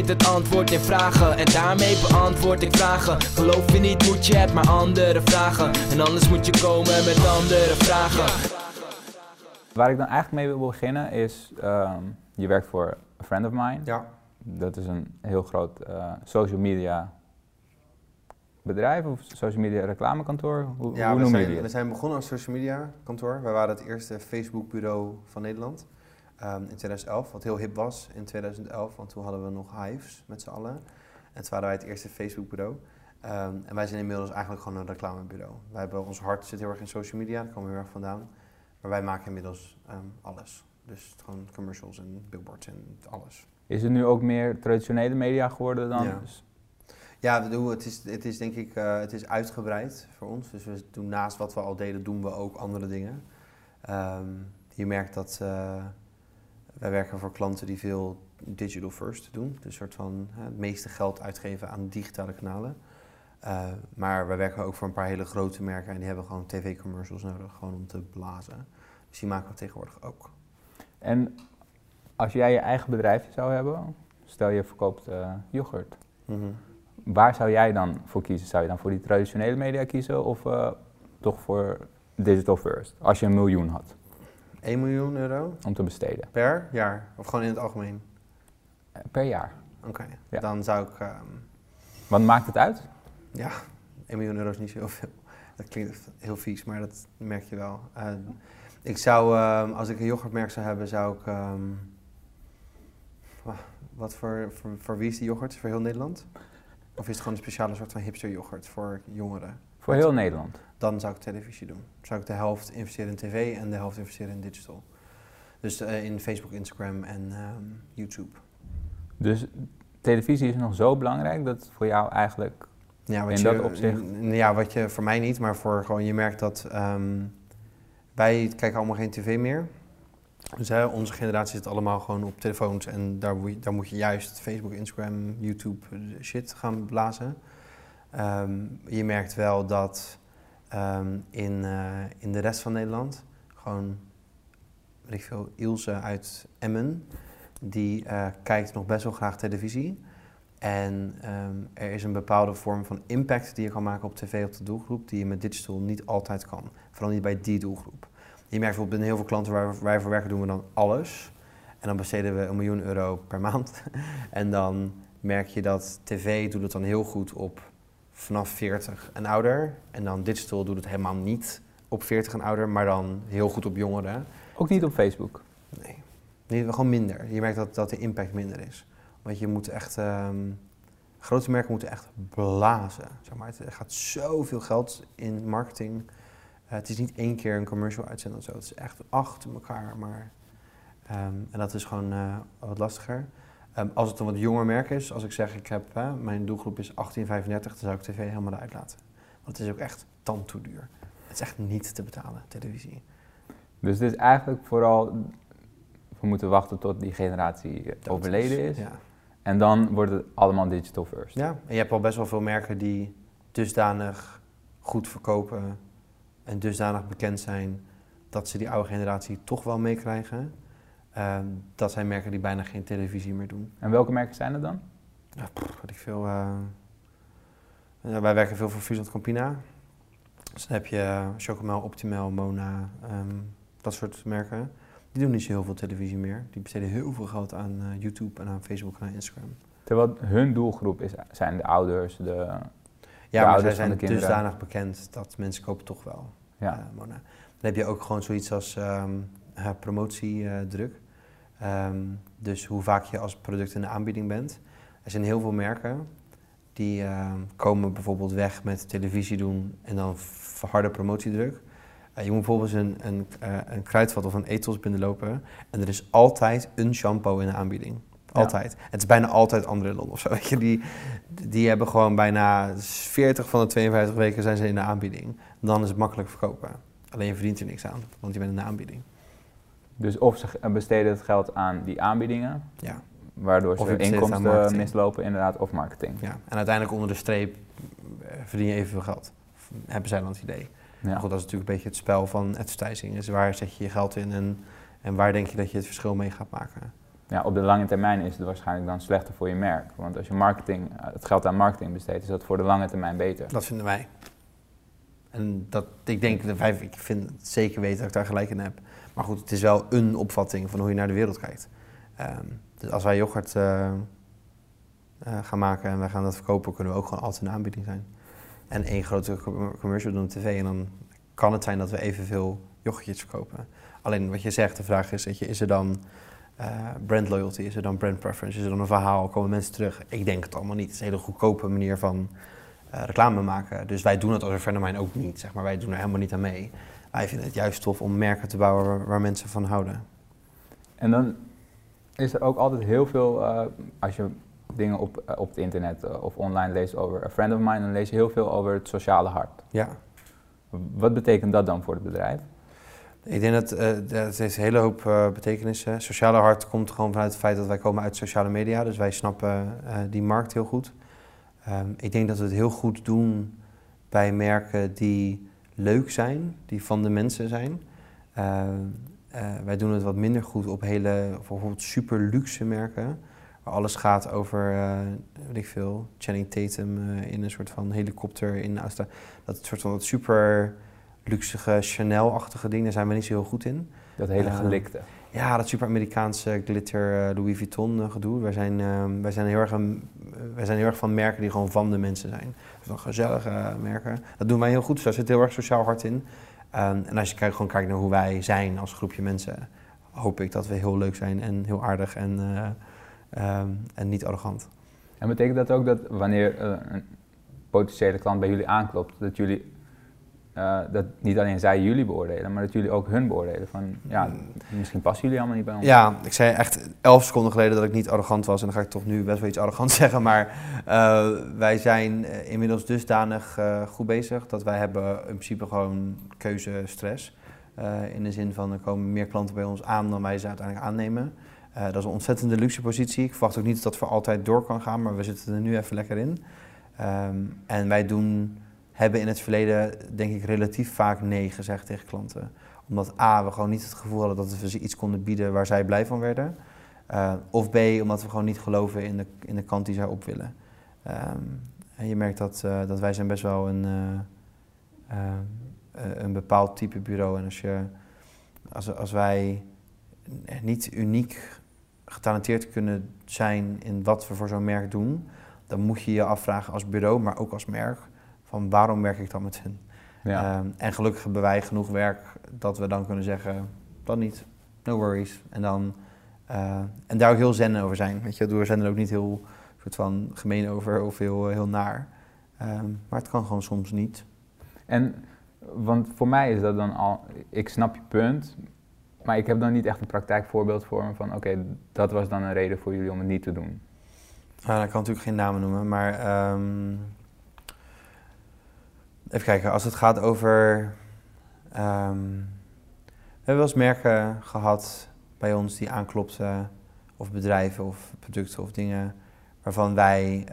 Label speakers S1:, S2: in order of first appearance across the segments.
S1: zit het antwoord in vragen. En daarmee beantwoord ik vragen. Geloof je niet, moet je het maar anderen vragen. En anders moet je komen met andere vragen.
S2: Waar ik dan eigenlijk mee wil beginnen is, je werkt voor a friend of mine.
S3: Ja.
S2: Dat is een heel groot social media bedrijf of social media reclamekantoor. Hoe noemen jullie het?
S3: We zijn begonnen als social media kantoor. Wij waren het eerste Facebook bureau van Nederland in 2011, wat heel hip was in 2011, want toen hadden we nog Hives met z'n allen. En toen waren wij het eerste Facebook bureau. En wij zijn inmiddels eigenlijk gewoon een reclamebureau. Wij hebben ons hart zit heel erg in social media, daar komen we heel erg vandaan. Maar wij maken inmiddels alles. Dus gewoon commercials en billboards en alles.
S2: Is het nu ook meer traditionele media geworden dan?
S3: Ja. Ja, het is denk ik het is uitgebreid voor ons. Dus we doen naast wat we al deden, doen we ook andere dingen. Je merkt dat wij werken voor klanten die veel digital first doen. Dus een soort van het meeste geld uitgeven aan digitale kanalen. Maar wij werken ook voor een paar hele grote merken en die hebben gewoon tv-commercials nodig, gewoon om te blazen. Dus die maken we tegenwoordig ook.
S2: En als jij je eigen bedrijfje zou hebben, stel je verkoopt yoghurt.
S3: Mm-hmm.
S2: Waar zou jij dan voor kiezen? Zou je dan voor die traditionele media kiezen of toch voor digital first? Als je 1 miljoen had.
S3: 1 miljoen euro?
S2: Om te besteden.
S3: Per jaar? Of gewoon in het algemeen?
S2: Per jaar.
S3: Oké.
S2: Ja.
S3: Dan zou ik...
S2: Wat maakt het uit?
S3: Ja, 1 miljoen euro is niet zo heel veel. Dat klinkt heel vies, maar dat merk je wel. Ik zou, als ik een yoghurtmerk zou hebben, zou ik... wat voor wie is die yoghurt? Voor heel Nederland? Of is het gewoon een speciale soort van hipster yoghurt voor jongeren?
S2: Voor heel Nederland?
S3: Dan zou ik televisie doen. Zou ik de helft investeren in tv en de helft investeren in digital. Dus in Facebook, Instagram en YouTube.
S2: Dus televisie is nog zo belangrijk dat het voor jou eigenlijk in dat opzicht...
S3: Ja, voor mij niet, maar voor gewoon, je merkt dat wij kijken allemaal geen tv meer. Dus onze generatie zit allemaal gewoon op telefoons en daar moet je juist Facebook, Instagram, YouTube shit gaan blazen. Je merkt wel dat in de rest van Nederland gewoon, weet ik veel, Ilse uit Emmen, die kijkt nog best wel graag televisie. En er is een bepaalde vorm van impact die je kan maken op tv, op de doelgroep, die je met digital niet altijd kan. Vooral niet bij die doelgroep. Je merkt bijvoorbeeld in heel veel klanten waar wij voor werken, doen we dan alles. En dan besteden we 1 miljoen euro per maand. En dan merk je dat tv doet het dan heel goed op vanaf 40 en ouder. En dan digital doet het helemaal niet op 40 en ouder, maar dan heel goed op jongeren.
S2: Ook niet op Facebook?
S3: Nee, gewoon minder. Je merkt dat de impact minder is. Want je moet echt... grote merken moeten echt blazen. Zeg maar. Er gaat zoveel geld in marketing. Het is niet 1 keer een commercial uitzenden of zo. Het is echt achter elkaar. Maar, en dat is gewoon wat lastiger. Als het een wat jonger merk is, als ik zeg mijn doelgroep is 18-35, dan zou ik tv helemaal eruit laten. Want het is ook echt tandtoeduur. Het is echt niet te betalen, televisie.
S2: Dus het is eigenlijk vooral, we moeten wachten tot die generatie overleden is.
S3: Ja.
S2: En dan wordt het allemaal digital first.
S3: Ja, en je hebt al best wel veel merken die dusdanig goed verkopen en dusdanig bekend zijn dat ze die oude generatie toch wel meekrijgen. Dat zijn merken die bijna geen televisie meer doen.
S2: En welke merken zijn er dan?
S3: Ja, wat ik veel. Wij werken veel voor Friesland Campina. Dus dan heb je Chocomel, Optimal, Mona, dat soort merken. Die doen niet zo heel veel televisie meer. Die besteden heel veel geld aan YouTube en aan Facebook en aan Instagram.
S2: Terwijl hun doelgroep zijn de ouders,
S3: maar zij zijn dusdanig bekend dat mensen kopen toch wel Mona. Dan heb je ook gewoon zoiets als promotiedruk. Dus hoe vaak je als product in de aanbieding bent. Er zijn heel veel merken die komen bijvoorbeeld weg met televisie doen en dan harde promotiedruk. Je moet bijvoorbeeld een Kruidvat of een Ethos binnenlopen en er is altijd een shampoo in de aanbieding. Altijd. Ja. Het is bijna altijd Andrelon of zo. Weet je. Die hebben gewoon bijna 40 van de 52 weken zijn ze in de aanbieding. Dan is het makkelijk verkopen. Alleen je verdient er niks aan, want je bent in de aanbieding.
S2: Dus of ze besteden het geld aan die aanbiedingen, waardoor ze inkomsten mislopen inderdaad, of marketing.
S3: Ja, en uiteindelijk onder de streep verdien je evenveel geld. Hebben zij dan het idee. Ja. Maar goed, dat is natuurlijk een beetje het spel van advertising. Dus waar zet je je geld in en waar denk je dat je het verschil mee gaat maken?
S2: op de lange termijn is het waarschijnlijk dan slechter voor je merk. Want als je het geld aan marketing besteedt, is dat voor de lange termijn beter.
S3: Dat vinden wij. En ik vind het zeker weten dat ik daar gelijk in heb. Maar goed, het is wel een opvatting van hoe je naar de wereld kijkt. Dus als wij yoghurt gaan maken en wij gaan dat verkopen, kunnen we ook gewoon altijd een aanbieding zijn. En één grote commercial doen op tv en dan kan het zijn dat we evenveel yoghurtjes verkopen. Alleen wat je zegt, de vraag is, is er dan brand loyalty, is er dan brand preference, is er dan een verhaal, komen mensen terug? Ik denk het allemaal niet. Het is een hele goedkope manier van reclame maken. Dus wij doen het als een friend of mine ook niet, zeg maar. Wij doen er helemaal niet aan mee. Wij vinden het juist tof om merken te bouwen waar mensen van houden.
S2: En dan is er ook altijd heel veel, als je dingen op het internet of online leest over a friend of mine, dan lees je heel veel over het sociale hart.
S3: Ja.
S2: Wat betekent dat dan voor het bedrijf?
S3: Ik denk dat het heeft een hele hoop betekenissen. Sociale hart komt gewoon vanuit het feit dat wij komen uit sociale media. Dus wij snappen die markt heel goed. Ik denk dat we het heel goed doen bij merken die leuk zijn, die van de mensen zijn. Wij doen het wat minder goed op bijvoorbeeld super luxe merken. Waar alles gaat over, weet ik veel, Channing Tatum in een soort van helikopter in Australië. Dat soort van super luxige Chanel-achtige dingen, daar zijn we niet zo heel goed in.
S2: Dat hele gelikte.
S3: Ja, dat super Amerikaanse glitter Louis Vuitton gedoe. Wij zijn heel erg van merken die gewoon van de mensen zijn. Dus dan gezellige merken. Dat doen wij heel goed, dus daar zit heel erg sociaal hart in. En als je kijkt naar hoe wij zijn als groepje mensen, hoop ik dat we heel leuk zijn en heel aardig en niet arrogant.
S2: En betekent dat ook dat wanneer een potentiële klant bij jullie aanklopt, dat jullie dat niet alleen zij jullie beoordelen, maar dat jullie ook hun beoordelen? Van misschien passen jullie allemaal niet bij ons.
S3: Ja, ik zei echt 11 seconden geleden dat ik niet arrogant was en dan ga ik toch nu best wel iets arrogant zeggen, maar wij zijn inmiddels dusdanig goed bezig dat wij hebben in principe gewoon keuzestress. In de zin van er komen meer klanten bij ons aan dan wij ze uiteindelijk aannemen. Dat is een ontzettende luxe positie. Ik verwacht ook niet dat dat voor altijd door kan gaan, maar we zitten er nu even lekker in. En wij hebben in het verleden denk ik relatief vaak nee gezegd tegen klanten. Omdat we gewoon niet het gevoel hadden dat we ze iets konden bieden waar zij blij van werden. Of B, omdat we gewoon niet geloven in de kant die zij op willen. En je merkt dat wij zijn best wel een bepaald type bureau. En als wij niet uniek getalenteerd kunnen zijn in wat we voor zo'n merk doen, dan moet je je afvragen als bureau, maar ook als merk, van waarom werk ik dan met hen?
S2: Ja.
S3: En gelukkig hebben wij genoeg werk dat we dan kunnen zeggen, dat niet, no worries. En daar ook heel zen over zijn. Weet je, we zijn er ook niet heel soort van gemeen over of heel naar. Maar het kan gewoon soms niet.
S2: Want voor mij is dat dan al, ik snap je punt, maar ik heb dan niet echt een praktijkvoorbeeld voor me van oké, dat was dan een reden voor jullie om het niet te doen.
S3: Ik kan natuurlijk geen namen noemen, maar even kijken, als het gaat over, we hebben wel eens merken gehad bij ons die aanklopten, of bedrijven of producten of dingen waarvan wij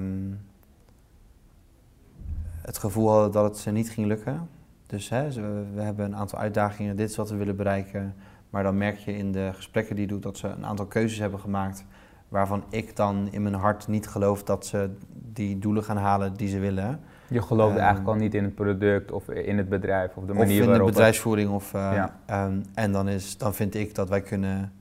S3: het gevoel hadden dat het ze niet ging lukken. Dus we hebben een aantal uitdagingen, dit is wat we willen bereiken. Maar dan merk je in de gesprekken die je doet dat ze een aantal keuzes hebben gemaakt waarvan ik dan in mijn hart niet geloof dat ze die doelen gaan halen die ze willen.
S2: Je geloofde eigenlijk al niet in het product of in het bedrijf of de manier waarop...
S3: Of in de bedrijfsvoering. En dan vind ik dat wij kunnen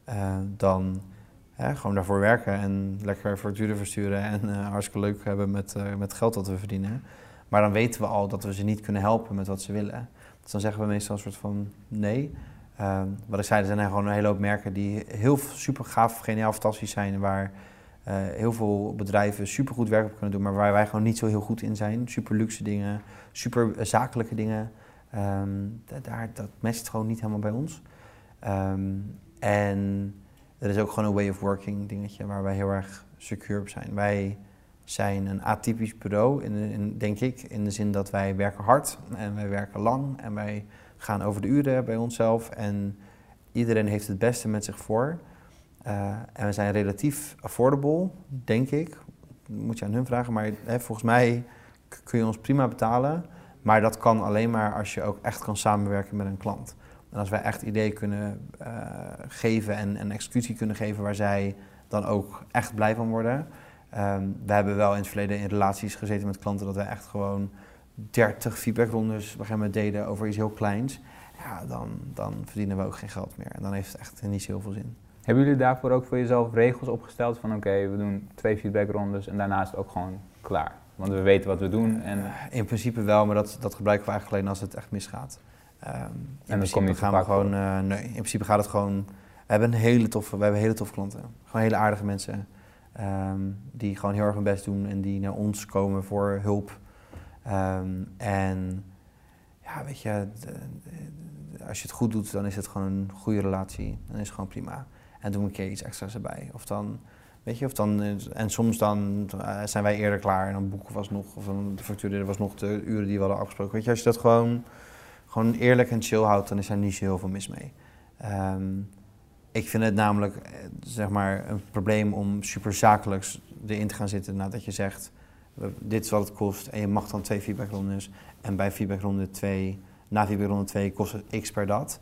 S3: gewoon daarvoor werken en lekker facturen versturen en hartstikke leuk hebben met geld dat we verdienen. Maar dan weten we al dat we ze niet kunnen helpen met wat ze willen. Dus dan zeggen we meestal een soort van nee. Wat ik zei, er zijn gewoon een hele hoop merken die heel super gaaf, geniaal, fantastisch zijn. Waar heel veel bedrijven super goed werk op kunnen doen, maar waar wij gewoon niet zo heel goed in zijn. Super luxe dingen, super zakelijke dingen. Dat matcht gewoon niet helemaal bij ons. En er is ook gewoon een way of working dingetje waar wij heel erg secure op zijn. Wij zijn een atypisch bureau, denk ik, in de zin dat wij werken hard en wij werken lang en wij gaan over de uren bij onszelf en iedereen heeft het beste met zich voor. En we zijn relatief affordable, denk ik. Moet je aan hun vragen, maar volgens mij kun je ons prima betalen. Maar dat kan alleen maar als je ook echt kan samenwerken met een klant. En als wij echt ideeën kunnen geven en executie kunnen geven waar zij dan ook echt blij van worden. We hebben wel in het verleden in relaties gezeten met klanten dat wij echt gewoon 30 feedbackrondes op een gegeven moment deden over iets heel kleins. Ja, dan verdienen we ook geen geld meer. En dan heeft het echt niet zo heel veel zin.
S2: Hebben jullie daarvoor ook voor jezelf regels opgesteld van oké, we doen 2 feedbackrondes en daarna is het ook gewoon klaar? Want we weten wat we doen. En
S3: In principe wel, maar dat gebruiken we eigenlijk alleen als het echt misgaat.
S2: En dan kom je
S3: gaan we gewoon. Nee, in principe gaat het gewoon. We hebben hele toffe klanten. Gewoon hele aardige mensen. Die gewoon heel erg hun best doen en die naar ons komen voor hulp. En ja, weet je, als je het goed doet, dan is het gewoon een goede relatie. Dan is het gewoon prima. En doe een keer iets extra's erbij. Of dan, weet je, en soms dan zijn wij eerder klaar en dan boeken we alsnog. Of dan factureren we alsnog de uren die we hadden afgesproken. Weet je, als je dat gewoon eerlijk en chill houdt, dan is er niet zo heel veel mis mee. Ik vind het namelijk, zeg maar, een probleem om super zakelijks erin te gaan zitten nadat je zegt, dit is wat het kost en je mag dan 2 feedbackrondes. En bij feedbackronde 2, na feedbackronde 2 kost het x per dat.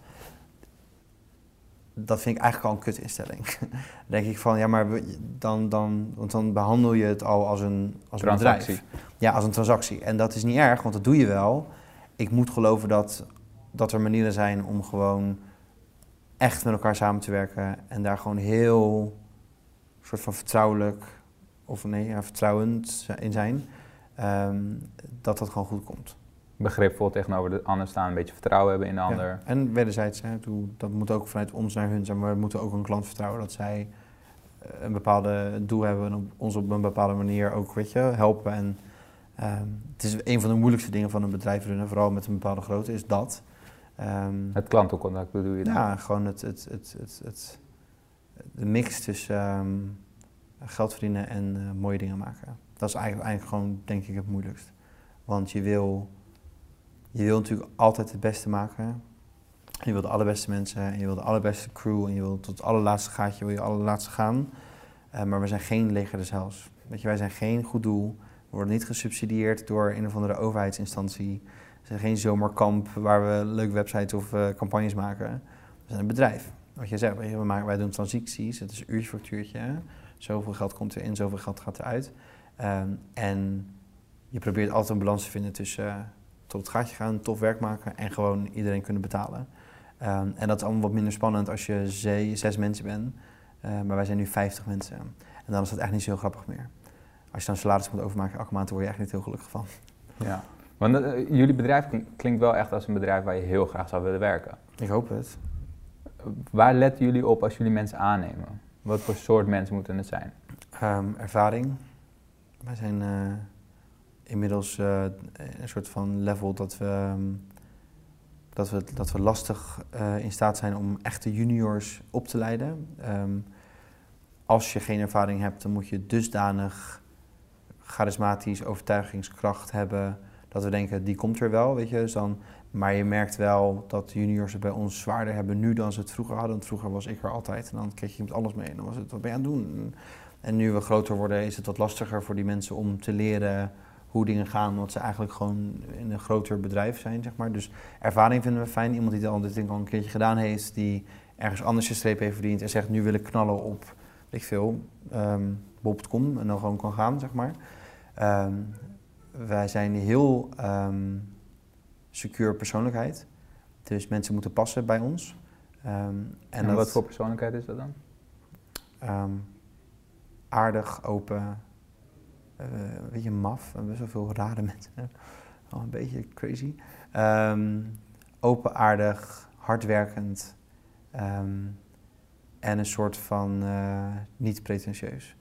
S3: Dat vind ik eigenlijk al een kutinstelling. Dan denk ik van, ja, maar want dan behandel je het al als een bedrijf. Ja, als een transactie. En dat is niet erg, want dat doe je wel. Ik moet geloven dat er manieren zijn om gewoon echt met elkaar samen te werken. En daar gewoon heel soort van vertrouwelijk, vertrouwend in zijn. Dat gewoon goed komt.
S2: Begripvol tegenover de ander staan, een beetje vertrouwen hebben in de ander.
S3: Ja, en wederzijds, dat moet ook vanuit ons naar hun zijn, maar we moeten ook een klant vertrouwen dat zij een bepaalde doel hebben en ons op een bepaalde manier ook, weet je, helpen. En het is een van de moeilijkste dingen van een bedrijf runnen, vooral met een bepaalde grootte, is dat.
S2: Het klantencontact bedoel je dan?
S3: Ja, gewoon de mix tussen geld verdienen en mooie dingen maken. Dat is eigenlijk gewoon, denk ik, het moeilijkst. Want je wil natuurlijk altijd het beste maken. En je wil de allerbeste mensen en je wil de allerbeste crew en je wil tot het allerlaatste gaatje, wil je allerlaatste gaan. Maar we zijn geen leger des heils. Weet je, wij zijn geen goed doel. We worden niet gesubsidieerd door een of andere overheidsinstantie. We zijn geen zomerkamp waar we leuke websites of campagnes maken. We zijn een bedrijf. Wat je zegt, wij doen transities, het is een uurtje factuurtje. Zoveel geld komt erin, zoveel geld gaat eruit. En je probeert altijd een balans te vinden tussen tot het gaatje gaan, tof werk maken en gewoon iedereen kunnen betalen. En dat is allemaal wat minder spannend als je 6 mensen bent. Maar wij zijn nu 50 mensen. En dan is dat echt niet zo heel grappig meer. Als je dan salaris moet overmaken elke maand, dan word je echt niet heel gelukkig van.
S2: Ja, want jullie bedrijf klinkt wel echt als een bedrijf waar je heel graag zou willen werken.
S3: Ik hoop het.
S2: Waar letten jullie op als jullie mensen aannemen? Wat voor soort mensen moeten het zijn?
S3: Ervaring. Wij zijn inmiddels een soort van level dat we lastig in staat zijn om echte juniors op te leiden. Als je geen ervaring hebt, dan moet je dusdanig charismatisch overtuigingskracht hebben dat we denken, die komt er wel, weet je. Dus maar je merkt wel dat juniors het bij ons zwaarder hebben nu dan ze het vroeger hadden. Want vroeger was ik er altijd en dan kreeg je met alles mee en dan was het, wat ben je aan het doen? En nu we groter worden is het wat lastiger voor die mensen om te leren hoe dingen gaan, omdat ze eigenlijk gewoon in een groter bedrijf zijn, zeg maar. Dus ervaring vinden we fijn. Iemand die al dit ding al een keertje gedaan heeft, die ergens anders je streep heeft verdiend en zegt, nu wil ik knallen op, weet ik veel, bol.com en dan gewoon kan gaan, zeg maar. Wij zijn heel secure persoonlijkheid, dus mensen moeten passen bij ons.
S2: En wat voor persoonlijkheid is dat dan?
S3: Aardig, open, een beetje maf, best wel veel rare mensen. Al een beetje crazy. Open, aardig, hardwerkend en een soort van niet pretentieus.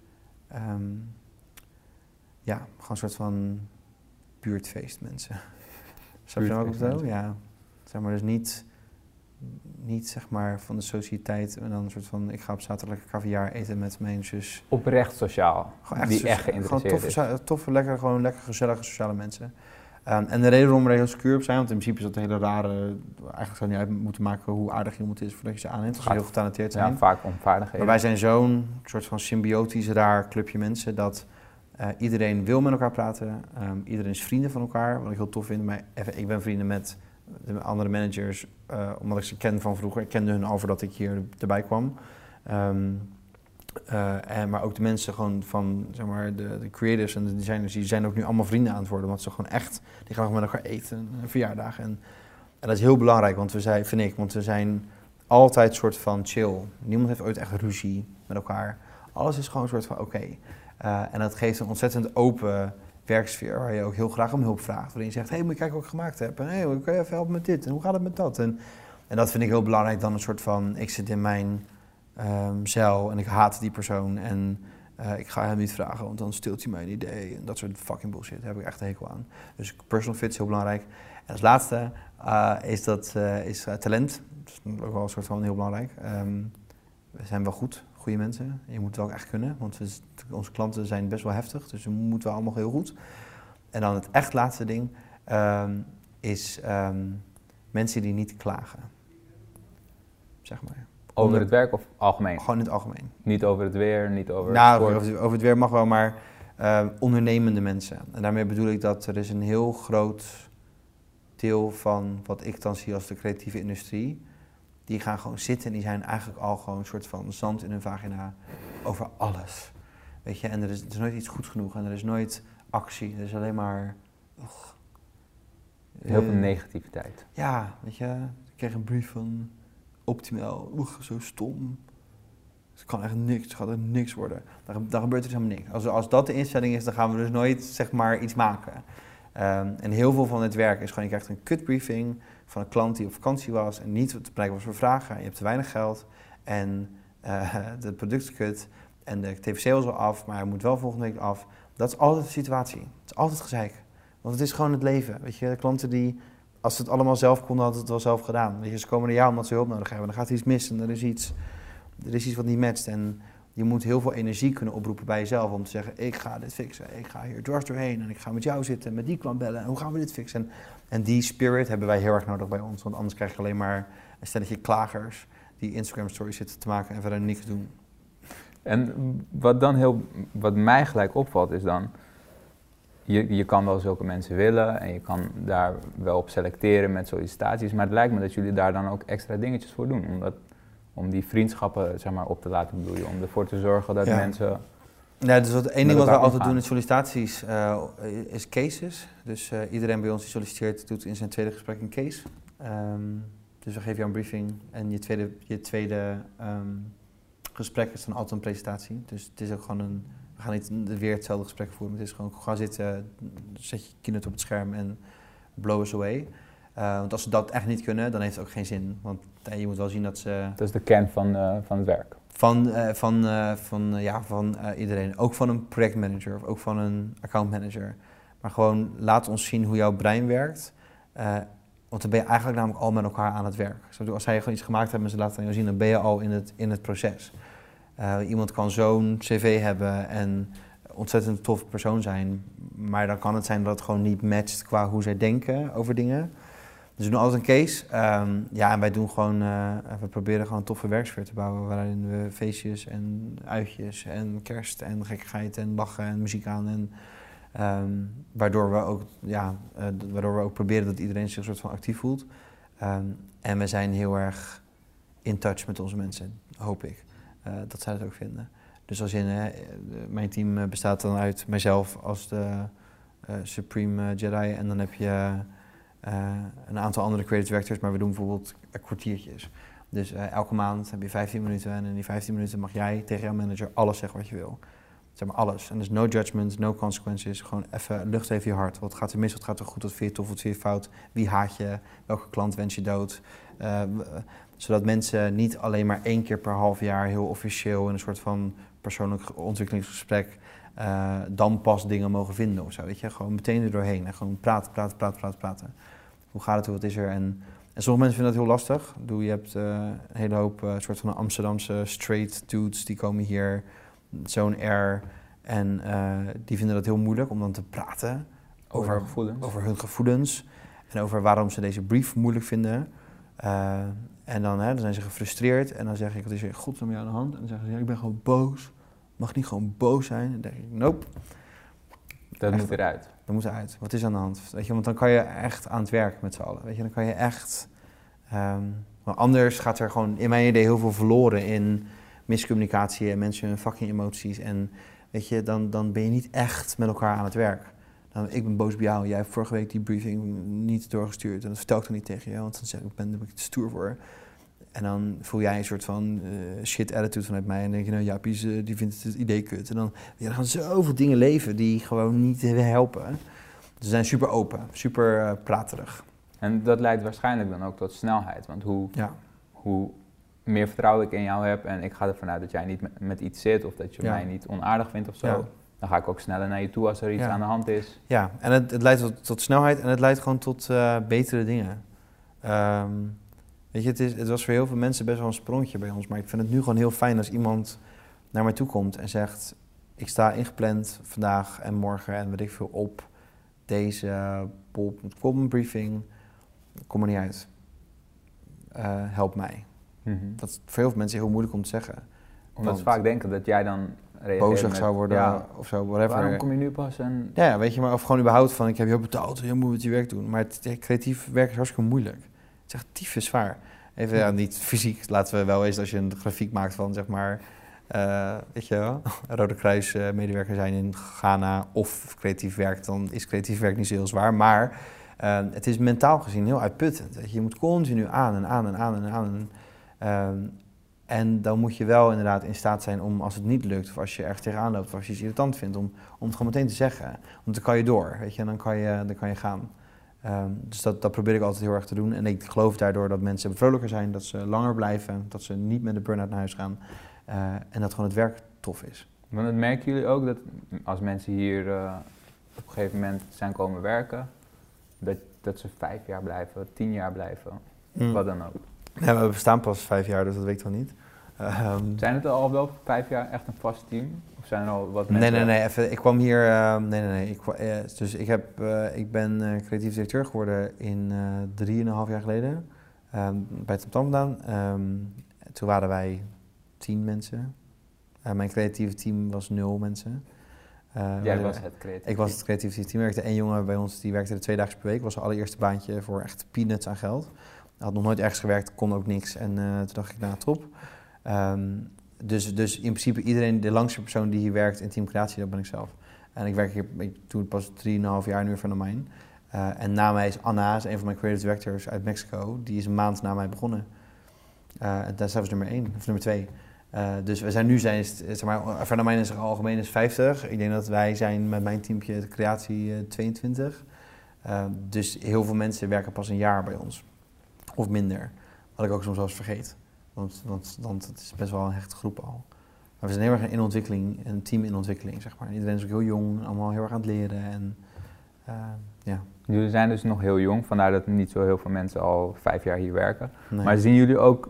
S3: Ja, gewoon een soort van buurtfeest mensen. Snap je dan ook zo? Ja. Zeg maar, dus niet zeg maar van de sociëteit en dan een soort van, ik ga op zaterdag lekker caviar eten met mijn zus.
S2: Oprecht sociaal, echt die echt geïnteresseerd is.
S3: Toffe, lekker gezellige sociale mensen. En de reden waarom we er heel secuur op zijn, want in principe is dat een hele rare, eigenlijk zou je niet uit moeten maken hoe aardig iemand is voordat je ze aanneemt, als ze heel getalenteerd zijn.
S2: Ja, vaak om vaardigheden.
S3: Maar wij zijn zo'n soort van symbiotisch raar clubje mensen dat iedereen wil met elkaar praten. Iedereen is vrienden van elkaar, wat ik heel tof vind. Maar ik ben vrienden met De andere managers, omdat ik ze ken van vroeger, ik kende hun al voordat ik hier erbij kwam. Maar ook de mensen gewoon van, zeg maar, de creators en de designers, die zijn ook nu allemaal vrienden aan het worden. Want ze gewoon echt, die gaan ook met elkaar eten, verjaardagen. En dat is heel belangrijk, want we zijn altijd soort van chill. Niemand heeft ooit echt ruzie met elkaar. Alles is gewoon een soort van oké. En dat geeft een ontzettend open werksfeer, waar je ook heel graag om hulp vraagt. Waarin je zegt, moet je kijken wat ik gemaakt heb. En hey, kan je even helpen met dit? En hoe gaat het met dat? En dat vind ik heel belangrijk dan een soort van, ik zit in mijn cel en ik haat die persoon. En ik ga hem niet vragen, want dan steelt hij mijn idee. En dat soort fucking bullshit, daar heb ik echt een hekel aan. Dus personal fit is heel belangrijk. En als laatste is talent. Dat is ook wel een soort van heel belangrijk. We zijn wel goede mensen. Je moet het wel echt kunnen, want onze klanten zijn best wel heftig. Dus we moeten wel allemaal heel goed. En dan het echt laatste ding is mensen die niet klagen. Zeg maar.
S2: Over het werk of algemeen?
S3: Gewoon in het algemeen.
S2: Niet over het weer, niet over
S3: over het weer mag wel, maar ondernemende mensen. En daarmee bedoel ik dat er is een heel groot deel van wat ik dan zie als de creatieve industrie. Die gaan gewoon zitten en die zijn eigenlijk al gewoon een soort van zand in hun vagina over alles. Weet je, en er is nooit iets goed genoeg en er is nooit actie. Er is alleen maar...
S2: heel veel negativiteit.
S3: Ja, weet je, ik kreeg een brief van Optimal. Zo stom. Het kan echt niks, het gaat echt niks worden. Daar gebeurt er dus helemaal niks. Als dat de instelling is, dan gaan we dus nooit, zeg maar, iets maken. En heel veel van het werk is gewoon, je krijgt een kutbriefing van een klant die op vakantie was en niet te bereiken was voor vragen. Je hebt te weinig geld en het product is kut en de TVC was al af, maar hij moet wel volgende week af. Dat is altijd de situatie. Het is altijd gezeik. Want het is gewoon het leven. Weet je, de klanten die, als ze het allemaal zelf konden, hadden het wel zelf gedaan. Weet je, ze komen naar jou omdat ze hulp nodig hebben. Dan gaat er iets mis en er is iets wat niet matcht. En je moet heel veel energie kunnen oproepen bij jezelf om te zeggen, ik ga dit fixen. Ik ga hier dwars doorheen en ik ga met jou zitten en met die klant bellen. En hoe gaan we dit fixen? En die spirit hebben wij heel erg nodig bij ons. Want anders krijg je alleen maar een stelletje klagers die Instagram stories zitten te maken en verder niks doen.
S2: En wat mij gelijk opvalt is dan, je kan wel zulke mensen willen en je kan daar wel op selecteren met sollicitaties, maar het lijkt me dat jullie daar dan ook extra dingetjes voor doen. Om die vriendschappen, zeg maar, op te laten bloeien, om ervoor te zorgen dat mensen...
S3: Ja, dus het enige wat we altijd doen in sollicitaties is cases. Dus iedereen bij ons die solliciteert doet in zijn tweede gesprek een case. Dus we geven jou een briefing en je tweede gesprek is dan altijd een presentatie. Dus het is ook gewoon we gaan niet weer hetzelfde gesprek voeren. Het is gewoon, ga zitten, zet je keynote op het scherm en blow us away. Want als ze dat echt niet kunnen, dan heeft het ook geen zin. Want je moet wel zien dat ze...
S2: Dat is de kern van het werk.
S3: Van iedereen. Ook van een projectmanager of ook van een accountmanager. Maar gewoon laat ons zien hoe jouw brein werkt. Want dan ben je eigenlijk namelijk al met elkaar aan het werk. Als zij gewoon iets gemaakt hebben en ze laten aan jou zien, dan ben je al in het proces. Iemand kan zo'n cv hebben en ontzettend tof persoon zijn. Maar dan kan het zijn dat het gewoon niet matcht qua hoe zij denken over dingen. Dus we doen altijd een case. En wij doen gewoon, we proberen gewoon een toffe werksfeer te bouwen. Waarin we feestjes en uitjes en kerst en gekkigheid en lachen en muziek aan. En waardoor we ook proberen dat iedereen zich een soort van actief voelt. En we zijn heel erg in touch met onze mensen, hoop ik. Dat zij dat ook vinden. Dus als mijn team bestaat dan uit mijzelf als de Supreme Jedi. En dan heb je een aantal andere creative directors, maar we doen bijvoorbeeld kwartiertjes. Dus elke maand heb je 15 minuten en in die 15 minuten mag jij tegen jouw manager alles zeggen wat je wil. Zeg maar alles. En dus no judgment, no consequences. Gewoon even, lucht even je hart. Wat gaat er mis, wat gaat er goed, wat vind je tof, wat vind je fout? Wie haat je? Welke klant wens je dood? Zodat mensen niet alleen maar 1 keer per half jaar heel officieel in een soort van persoonlijk ontwikkelingsgesprek dan pas dingen mogen vinden of zo. Weet je? Gewoon meteen er doorheen en gewoon praten. Hoe gaat het, wat is er? En sommige mensen vinden dat heel lastig. Je hebt een hele hoop soort van Amsterdamse straight dudes die komen hier, zo'n air. En die vinden dat heel moeilijk om dan te praten over hun gevoelens. En over waarom ze deze brief moeilijk vinden. En dan zijn ze gefrustreerd. En dan zeg ik, wat is er in godsnaam met jou aan de hand? En dan zeggen ze, ja, ik ben gewoon boos. Mag niet gewoon boos zijn? En dan denk ik, nope.
S2: Dat moet eruit.
S3: dat moet eruit. Wat is aan de hand? Weet je, want dan kan je echt aan het werk met z'n allen. Weet je, dan kan je echt... maar anders gaat er gewoon, in mijn idee, heel veel verloren in miscommunicatie en mensen hun fucking emoties. En weet je, dan ben je niet echt met elkaar aan het werk. Ik ben boos bij jou, jij hebt vorige week die briefing niet doorgestuurd. En dat vertel ik dan niet tegen je, want dan zeg ik, daar ben ik te stoer voor. En dan voel jij een soort van shit attitude vanuit mij. En dan denk je, nou ja, Pies, die vindt het idee kut. En dan er gaan zoveel dingen leven die gewoon niet helpen. Ze zijn super open, super praterig.
S2: En dat leidt waarschijnlijk dan ook tot snelheid. Want hoe meer vertrouwen ik in jou heb en ik ga ervan uit dat jij niet met iets zit of dat je mij niet onaardig vindt of zo, dan ga ik ook sneller naar je toe als er iets aan de hand is.
S3: Ja, en het leidt tot snelheid en het leidt gewoon tot betere dingen. Weet je, het was voor heel veel mensen best wel een sprongetje bij ons, maar ik vind het nu gewoon heel fijn als iemand naar mij toe komt en zegt, ik sta ingepland vandaag en morgen en weet ik veel op deze bol.com briefing, kom er niet uit. Help mij. Mm-hmm. Dat is voor heel veel mensen heel moeilijk om te zeggen.
S2: Omdat ze vaak denken dat jij dan
S3: bozig zou worden of zo, whatever.
S2: Waarom kom je nu pas?
S3: Ja, weet je, maar of gewoon überhaupt van, ik heb je betaald, je moet je werk doen. Maar het creatief werk is hartstikke moeilijk. Het is echt tyfus zwaar. Even, niet fysiek, laten we wel eens als je een grafiek maakt van, zeg maar, weet je wel, Rode Kruis medewerker zijn in Ghana of creatief werk, dan is creatief werk niet zo heel zwaar. Maar het is mentaal gezien heel uitputtend. Weet je moet continu aan. En dan moet je wel inderdaad in staat zijn om, als het niet lukt, of als je ergens tegenaan loopt, of als je iets irritant vindt, om het gewoon meteen te zeggen. Want dan kan je door, weet je, en dan kan je gaan. Dus dat probeer ik altijd heel erg te doen. En ik geloof daardoor dat mensen vrolijker zijn, dat ze langer blijven, dat ze niet met een burn-out naar huis gaan. En dat gewoon het werk tof is.
S2: Want dat merken jullie ook, dat als mensen hier op een gegeven moment zijn komen werken, dat ze 5 jaar blijven, 10 jaar blijven, wat dan ook?
S3: Ja, we bestaan pas 5 jaar, dus dat weet ik wel niet.
S2: Zijn het al wel 5 jaar echt een vast team? Of zijn er al wat mensen?
S3: Nee, even, ik kwam hier... Dus ik ben creatief directeur geworden in 3,5 jaar geleden. Bij TomTom vandaan. Toen waren wij 10 mensen. Mijn creatieve team was 0 mensen.
S2: Jij was het creatieve team?
S3: Ik was het creatieve team. Er werkte 1 jongen bij ons, die werkte 2 dagen per week. Was zijn allereerste baantje voor echt peanuts aan geld. Hij had nog nooit ergens gewerkt, kon ook niks. En toen dacht ik, nou, top. Dus in principe iedereen, de langste persoon die hier werkt in teamcreatie, dat ben ik zelf. En ik doe het pas 3,5 jaar nu van de mijn. En na mij is Anna, is een van mijn creative directors uit Mexico. Die is een maand na mij begonnen. En daar was nummer 1, of nummer 2. Dus we zijn nu, zeg maar, van de mijn is er algemeen is 50. Ik denk dat wij zijn met mijn teampje de creatie 22. Dus heel veel mensen werken pas een jaar bij ons. Of minder. Wat ik ook soms wel eens vergeet. Want het is best wel een hechte groep al. Maar we zijn heel erg in ontwikkeling, een team in ontwikkeling, zeg maar. Iedereen is ook heel jong, allemaal heel erg aan het leren. En, ja.
S2: Jullie zijn dus nog heel jong, vandaar dat niet zo heel veel mensen al 5 jaar hier werken.
S3: Nee.
S2: Maar zien jullie ook,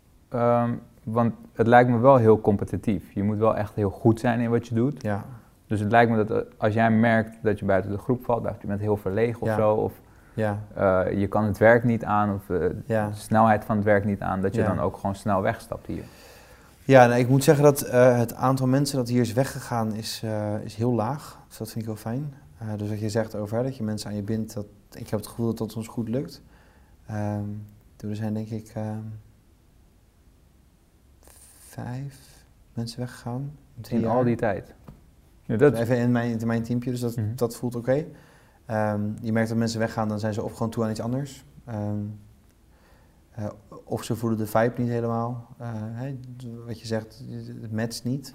S2: want het lijkt me wel heel competitief. Je moet wel echt heel goed zijn in wat je doet.
S3: Ja.
S2: Dus het lijkt me dat als jij merkt dat je buiten de groep valt, dat je bent heel verlegen of zo, of je kan het werk niet aan, of de snelheid van het werk niet aan, dat je dan ook gewoon snel wegstapt hier. Ja,
S3: ik moet zeggen dat het aantal mensen dat hier is weggegaan is heel laag. Dus dat vind ik heel fijn. Dus wat je zegt over dat je mensen aan je bindt, ik heb het gevoel dat dat ons goed lukt. Er zijn denk ik 5 mensen weggegaan.
S2: In al die tijd?
S3: Ja, even in mijn teampje, dus dat voelt oké. Je merkt dat mensen weggaan, dan zijn ze of gewoon toe aan iets anders. Of ze voelen de vibe niet helemaal. Wat je zegt, het matcht niet.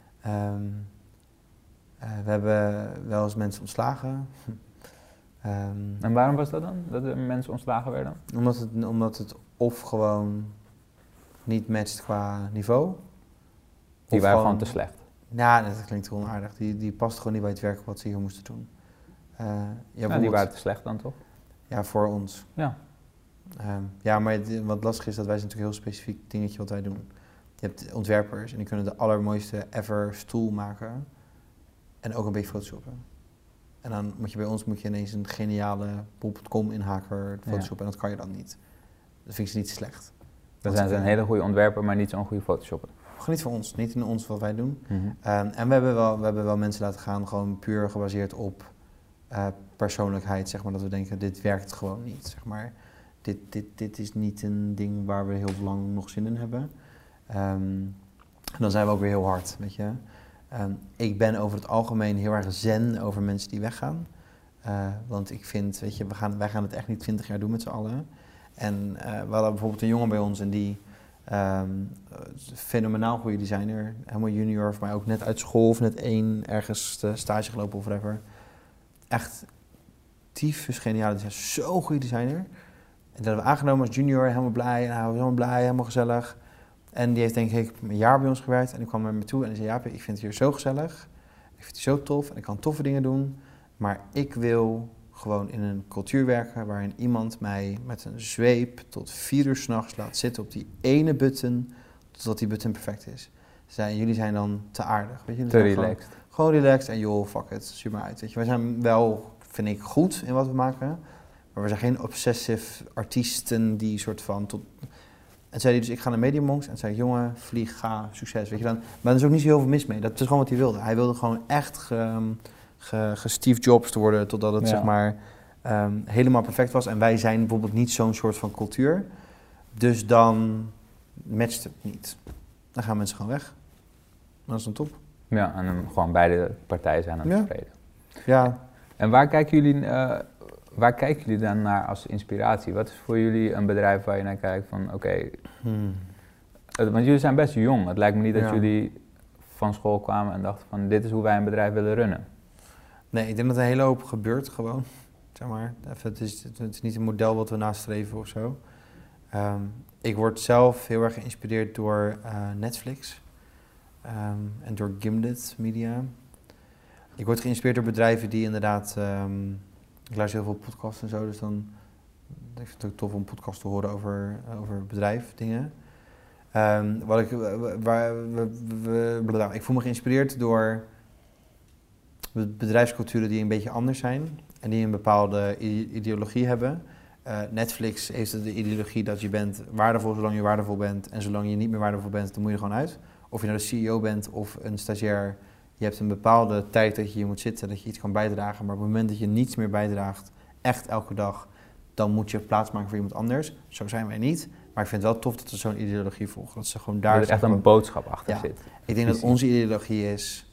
S3: We hebben wel eens mensen ontslagen.
S2: En waarom was dat dan, dat er mensen ontslagen werden?
S3: Omdat het of gewoon niet matcht qua niveau.
S2: Die waren gewoon te slecht?
S3: Ja, dat klinkt heel onaardig. Die past gewoon niet bij het werk wat ze hier moesten doen.
S2: Die waren te slecht dan toch?
S3: Ja, voor ons.
S2: Ja.
S3: Maar wat lastig is, dat wij zijn natuurlijk een heel specifiek dingetje wat wij doen. Je hebt ontwerpers en die kunnen de allermooiste ever stoel maken. En ook een beetje photoshoppen. En dan moet je bij ons ineens een geniale bol.com inhaker photoshoppen. En dat kan je dan niet. Dat vind ik ze niet slecht.
S2: Dan zijn ze een hele goede ontwerper, maar niet zo'n goede photoshopper.
S3: Gewoon niet voor ons, niet in ons wat wij doen. Mm-hmm. En we hebben wel mensen laten gaan, gewoon puur gebaseerd op persoonlijkheid, zeg maar, dat we denken, dit werkt gewoon niet, zeg maar. Dit is niet een ding waar we heel lang nog zin in hebben. Dan zijn we ook weer heel hard, weet je. Ik ben over het algemeen heel erg zen over mensen die weggaan. Want ik vind, weet je, wij gaan het echt niet 20 jaar doen met z'n allen. En we hadden bijvoorbeeld een jongen bij ons en die... fenomenaal goede designer, helemaal junior, voor mij ook net uit school of net ergens stage gelopen of whatever. Echt tyfus geniale designer, zo'n goede designer. En dat hebben we aangenomen als junior, helemaal blij, en hij was helemaal blij, helemaal gezellig. En die heeft denk ik een jaar bij ons gewerkt en die kwam naar me toe en die zei, Jaap, ik vind het hier zo gezellig, ik vind het zo tof en ik kan toffe dingen doen, maar ik wil gewoon in een cultuur werken waarin iemand mij met een zweep tot 4 uur 's nachts laat zitten op die ene button, totdat die button perfect is. Jullie zijn dan te aardig, weet je?
S2: Te relaxed.
S3: Gewoon relaxed en joh, fuck it, stuur maar uit. Weet je? Wij zijn wel, vind ik, goed in wat we maken, maar we zijn geen obsessive artiesten die soort van tot... En zei hij dus, ik ga naar Mediamonks en zei jongen, vlieg, ga, succes, weet je dan. Maar er is ook niet zo heel veel mis mee, dat is gewoon wat hij wilde. Hij wilde gewoon echt Steve Jobs te worden totdat het zeg maar helemaal perfect was. En wij zijn bijvoorbeeld niet zo'n soort van cultuur. Dus dan matcht het niet. Dan gaan mensen gewoon weg. Dat is dan top.
S2: Ja, en dan gewoon beide partijen zijn dan tevreden.
S3: Ja.
S2: En waar kijken jullie dan naar als inspiratie? Wat is voor jullie een bedrijf waar je naar kijkt van oké, want jullie zijn best jong. Het lijkt me niet dat jullie van school kwamen en dachten van dit is hoe wij een bedrijf willen runnen.
S3: Nee, ik denk dat een hele hoop gebeurt gewoon. Zeg maar. Het is niet een model wat we nastreven of zo. Ik word zelf heel erg geïnspireerd door Netflix en door Gimlet Media. Ik word geïnspireerd door bedrijven die inderdaad... ik luister heel veel podcasts en zo, dus dan ik vind het ook tof om podcasts te horen over bedrijfdingen. Ik voel me geïnspireerd door bedrijfsculturen die een beetje anders zijn en die een bepaalde ideologie hebben. Netflix heeft de ideologie dat je bent waardevol zolang je waardevol bent en zolang je niet meer waardevol bent, dan moet je er gewoon uit. Of je nou de CEO bent of een stagiair, je hebt een bepaalde tijd dat je hier moet zitten, dat je iets kan bijdragen, maar op het moment dat je niets meer bijdraagt, echt elke dag, dan moet je plaatsmaken voor iemand anders. Zo zijn wij niet, maar ik vind het wel tof dat we zo'n ideologie volgen. Dat ze gewoon daar...
S2: Dat er echt een boodschap achter zit.
S3: Ik denk dat onze ideologie is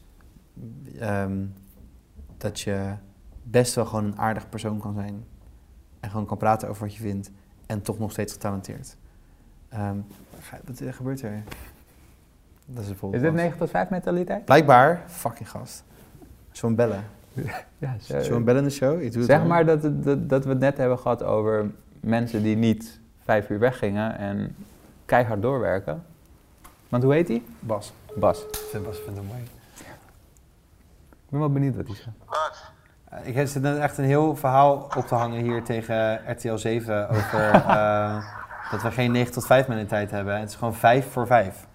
S3: dat je best wel gewoon een aardig persoon kan zijn en gewoon kan praten over wat je vindt en toch nog steeds getalenteerd. Wat gebeurt er? Dat is
S2: dit 9 tot 5 mentaliteit?
S3: Blijkbaar, fucking gast. Zo'n bellen.
S2: Ja,
S3: zo'n bellende show.
S2: Zeg maar dat we het net hebben gehad over mensen die niet 5 uur weggingen en keihard doorwerken. Want hoe heet die?
S3: Bas.
S2: Ik
S3: vind hem mooi.
S2: Ik ben wel benieuwd wat hij zegt.
S3: Ik zit net echt een heel verhaal op te hangen hier tegen RTL 7 over dat we geen 9 tot 5 mentaliteit hebben. Het is gewoon 5 voor 5.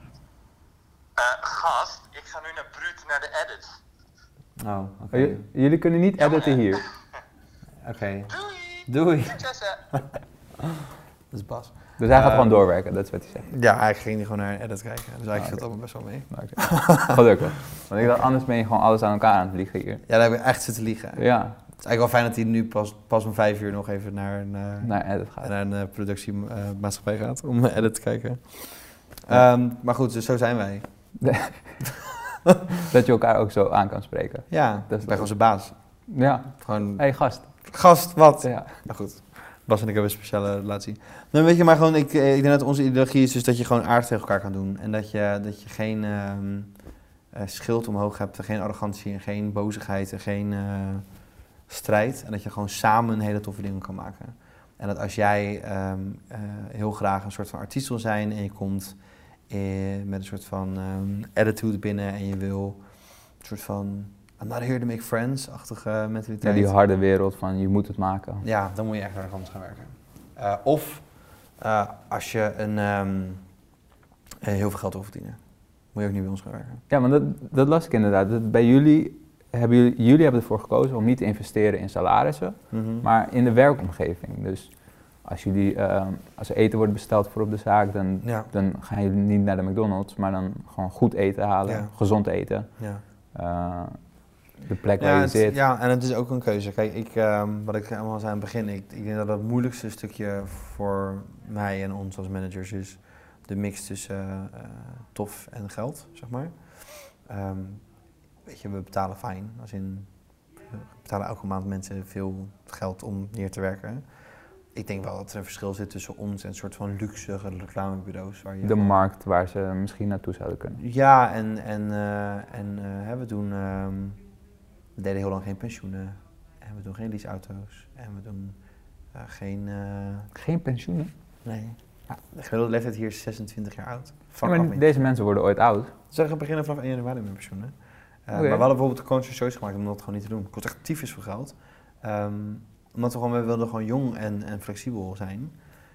S4: Gast, ik ga nu naar Bruut naar de edit.
S3: Oh, oké.
S2: Jullie kunnen niet editen hier.
S3: Oké.
S4: Doei.
S3: Succes. Dat is Bas.
S2: Dus hij gaat gewoon doorwerken, dat is wat hij zegt.
S3: Ja, eigenlijk ging hij gewoon naar een edit kijken. Dus eigenlijk viel het allemaal best wel mee.
S2: Gelukkig. Want ik dacht, anders ben je gewoon alles aan elkaar aan het vliegen hier.
S3: Ja, daar heb ik echt zitten liegen.
S2: Ja.
S3: Het is eigenlijk wel fijn dat hij nu pas om 5 uur nog even naar een productiemaatschappij gaat om een edit te kijken. Maar goed, dus zo zijn wij.
S2: Dat je elkaar ook zo aan kan spreken.
S3: Ja, dat is bij onze baas.
S2: Ja.
S3: Gewoon...
S2: Hey, gast.
S3: Gast, wat?
S2: Ja.
S3: Maar goed. Bas en ik hebben een speciale relatie. Nou, weet je, maar gewoon, ik denk dat onze ideologie is dus dat je gewoon aardig tegen elkaar kan doen. En dat je geen schild omhoog hebt, geen arrogantie en geen bozigheid en geen strijd. En dat je gewoon samen hele toffe dingen kan maken. En dat als jij heel graag een soort van artiest wil zijn en je komt met een soort van attitude binnen en je wil een soort van I'm not here to make friends-achtige mentaliteit.
S2: Ja, die harde wereld van je moet het maken.
S3: Ja, dan moet je echt ergens gaan werken. Als je heel veel geld wil verdienen, moet je ook niet bij ons gaan werken.
S2: Ja, maar dat las ik inderdaad. Bij jullie hebben ervoor gekozen om niet te investeren in salarissen, maar in de werkomgeving. Dus als er eten wordt besteld voor op de zaak, dan gaan jullie niet naar de McDonald's, maar dan gewoon goed eten halen, gezond eten.
S3: Ja.
S2: de plek waar je zit.
S3: Ja, en het is ook een keuze. Kijk, wat ik helemaal zei aan het begin, ik denk dat het moeilijkste stukje voor mij en ons als managers is de mix tussen tof en geld, zeg maar. Weet je, we betalen fijn, we betalen elke maand mensen veel geld om neer te werken. Ik denk wel dat er een verschil zit tussen ons en een soort van luxe reclamebureaus. Waar je
S2: De markt waar ze misschien naartoe zouden kunnen.
S3: Ja, we doen... we deden heel lang geen pensioenen. En we doen geen leaseauto's. En we doen geen...
S2: Geen pensioenen?
S3: Nee. Ja, de gemiddelde leeftijd hier is 26 jaar oud.
S2: Ja, maar deze mensen worden ooit oud.
S3: Ze gaan beginnen vanaf 1 januari met pensioenen.
S2: Okay.
S3: Maar we hadden bijvoorbeeld een conscious choice gemaakt om dat gewoon niet te doen. Het kost echt tyfus veel geld. Omdat we wilden gewoon jong en flexibel zijn.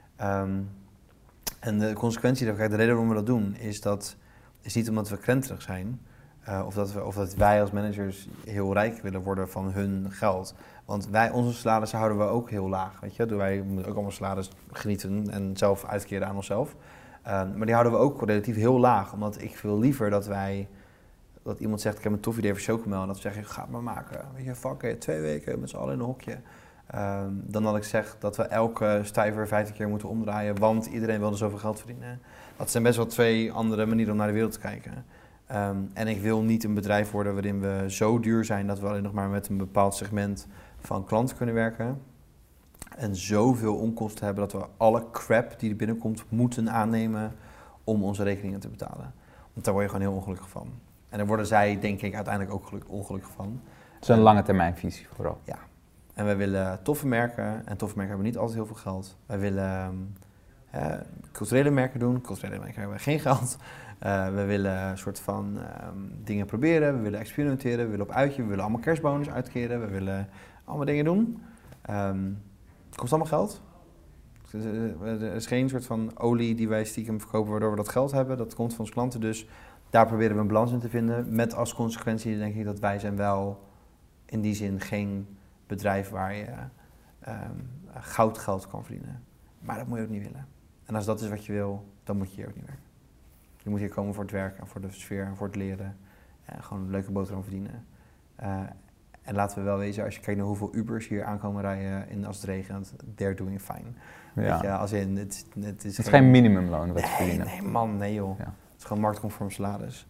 S3: En de consequentie daarvan, de reden waarom we dat doen, is niet omdat we krenterig zijn. Of dat wij als managers heel rijk willen worden van hun geld. Want onze salarissen houden we ook heel laag. Weet je? Wij moeten ook allemaal salaris genieten en zelf uitkeren aan onszelf. Maar die houden we ook relatief heel laag. Omdat ik wil liever dat iemand zegt, ik heb een tof idee voor Chocomel. En dat we zeggen, ga het maar maken. Weet je, fuck it, 2 weken met z'n allen in een hokje. Dan dat ik zeg dat we elke stuiver 15 keer moeten omdraaien, want iedereen wil er zoveel geld verdienen. Dat zijn best wel 2 andere manieren om naar de wereld te kijken. En ik wil niet een bedrijf worden waarin we zo duur zijn dat we alleen nog maar met een bepaald segment van klanten kunnen werken. En zoveel onkosten hebben dat we alle crap die er binnenkomt moeten aannemen om onze rekeningen te betalen. Want daar word je gewoon heel ongelukkig van. En daar worden zij, denk ik, uiteindelijk ook ongelukkig van.
S2: Het is een lange termijn visie vooral.
S3: Ja. En wij willen toffe merken. En toffe merken hebben niet altijd heel veel geld. Wij willen culturele merken doen. Culturele merken hebben geen geld. We willen een soort van dingen proberen. We willen experimenteren. We willen op uitje. We willen allemaal kerstbonus uitkeren. We willen allemaal dingen doen. Het kost allemaal geld. Er is geen soort van olie die wij stiekem verkopen waardoor we dat geld hebben. Dat komt van onze klanten. Dus daar proberen we een balans in te vinden. Met als consequentie denk ik dat wij zijn wel in die zin geen bedrijf waar je goudgeld kan verdienen. Maar dat moet je ook niet willen. En als dat is wat je wil, dan moet je hier ook niet werken. Je moet hier komen voor het werk en voor de sfeer en voor het leren. En gewoon een leuke boterham verdienen. En laten we wel wezen, als je kijkt naar hoeveel Ubers hier aankomen rijden als het regent, they're doing fine.
S2: Ja.
S3: Weet je, als in, het is
S2: geen minimumloon wat ze verdienen.
S3: Nee man, nee joh.
S2: Ja.
S3: Het is gewoon marktconform salaris.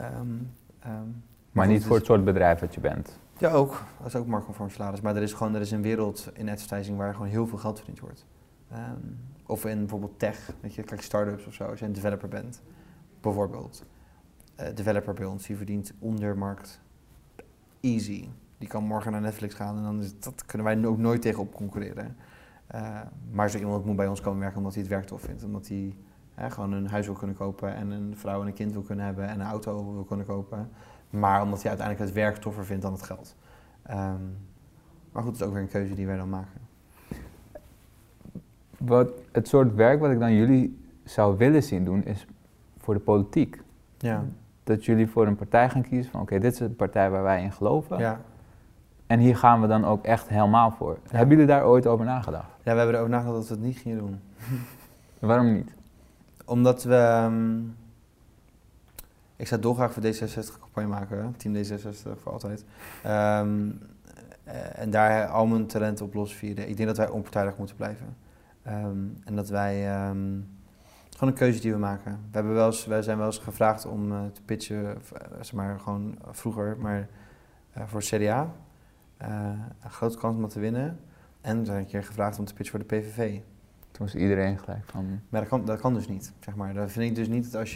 S2: Maar niet voor het soort bedrijf dat je bent.
S3: Ja, ook. Dat is ook marktconform salaris. Maar er is een wereld in advertising waar gewoon heel veel geld verdiend wordt. Of in bijvoorbeeld tech, weet je, kijk start-ups of zo, als je een developer bent. Bijvoorbeeld. Developer bij ons, die verdient onder markt easy. Die kan morgen naar Netflix gaan en dat kunnen wij ook nooit tegen op concurreren. Maar zo iemand moet bij ons komen werken omdat hij het werk tof vindt. Omdat hij gewoon een huis wil kunnen kopen en een vrouw en een kind wil kunnen hebben en een auto wil kunnen kopen. Maar omdat hij uiteindelijk het werk toffer vindt dan het geld. Maar goed, het is ook weer een keuze die wij dan maken.
S2: Het soort werk wat ik dan jullie zou willen zien doen is voor de politiek.
S3: Ja.
S2: Dat jullie voor een partij gaan kiezen van oké, dit is een partij waar wij in geloven.
S3: Ja.
S2: En hier gaan we dan ook echt helemaal voor. Ja. Hebben jullie daar ooit over nagedacht?
S3: Ja, we hebben erover nagedacht dat we het niet gingen doen.
S2: Waarom niet?
S3: Omdat we... ik zou dolgraag voor D66 campagne maken. Team D66 voor altijd. En daar al mijn talenten op losvieren. Ik denk dat wij onpartijdig moeten blijven. En dat wij... gewoon een keuze die we maken. Wij zijn wel eens gevraagd om te pitchen, zeg maar gewoon vroeger, maar voor CDA. Een grote kans om dat te winnen. En we zijn een keer gevraagd om te pitchen voor de PVV.
S2: Toen was iedereen gelijk van...
S3: Maar dat kan dus niet, zeg maar. Dat vind ik dus niet dat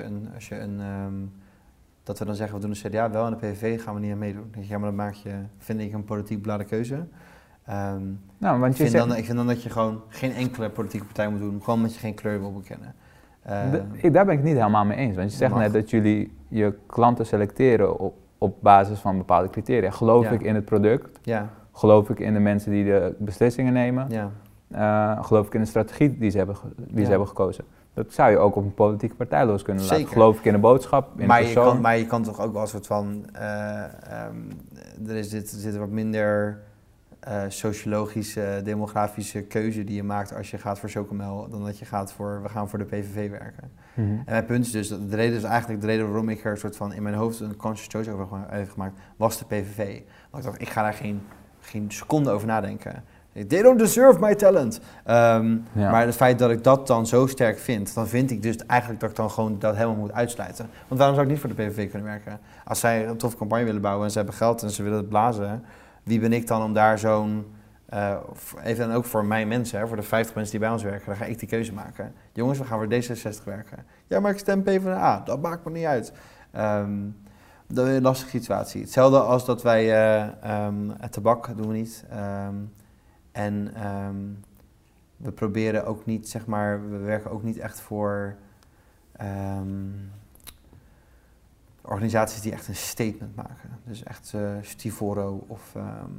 S3: dat we dan zeggen, we doen de CDA wel en de PVV gaan we niet aan meedoen. Ja, maar dat vind ik een politiek beladen keuze. Ik vind dan dat je gewoon geen enkele politieke partij moet doen, gewoon omdat je geen kleur wil bekennen.
S2: Daar ben ik het niet helemaal mee eens, want je zegt net dat jullie je klanten selecteren op basis van bepaalde criteria. Geloof ik in het product?
S3: Ja.
S2: Geloof ik in de mensen die de beslissingen nemen?
S3: Ja.
S2: Geloof ik in de strategie die ze hebben gekozen? Dat zou je ook op een politieke partij los kunnen laten.
S3: Zeker.
S2: Geloof ik in de boodschap, in de persoon?
S3: Maar je kan toch ook wel een soort van... er zitten wat minder sociologische, demografische keuze die je maakt als je gaat voor Chocomel, dan dat je gaat voor, we gaan voor de PVV werken. En mijn punt is dus, de reden waarom ik er een soort van in mijn hoofd een conscious choice over heb gemaakt, was de PVV. Want ik dacht, ik ga daar geen seconde over nadenken. They don't deserve my talent. Maar het feit dat ik dat dan zo sterk vind, dan vind ik dus eigenlijk dat ik dan gewoon dat helemaal moet uitsluiten. Want waarom zou ik niet voor de PVV kunnen werken? Als zij een toffe campagne willen bouwen en ze hebben geld en ze willen het blazen, wie ben ik dan om daar zo'n, even en ook voor mijn mensen, voor de 50 mensen die bij ons werken, dan ga ik die keuze maken. Jongens, we gaan voor D66 werken. Ja, maar ik stem PvdA, dat maakt me niet uit. Dat is een lastige situatie. Hetzelfde als dat wij het tabak doen we niet. We proberen ook niet, zeg maar, we werken ook niet echt voor organisaties die echt een statement maken. Dus echt Stivoro of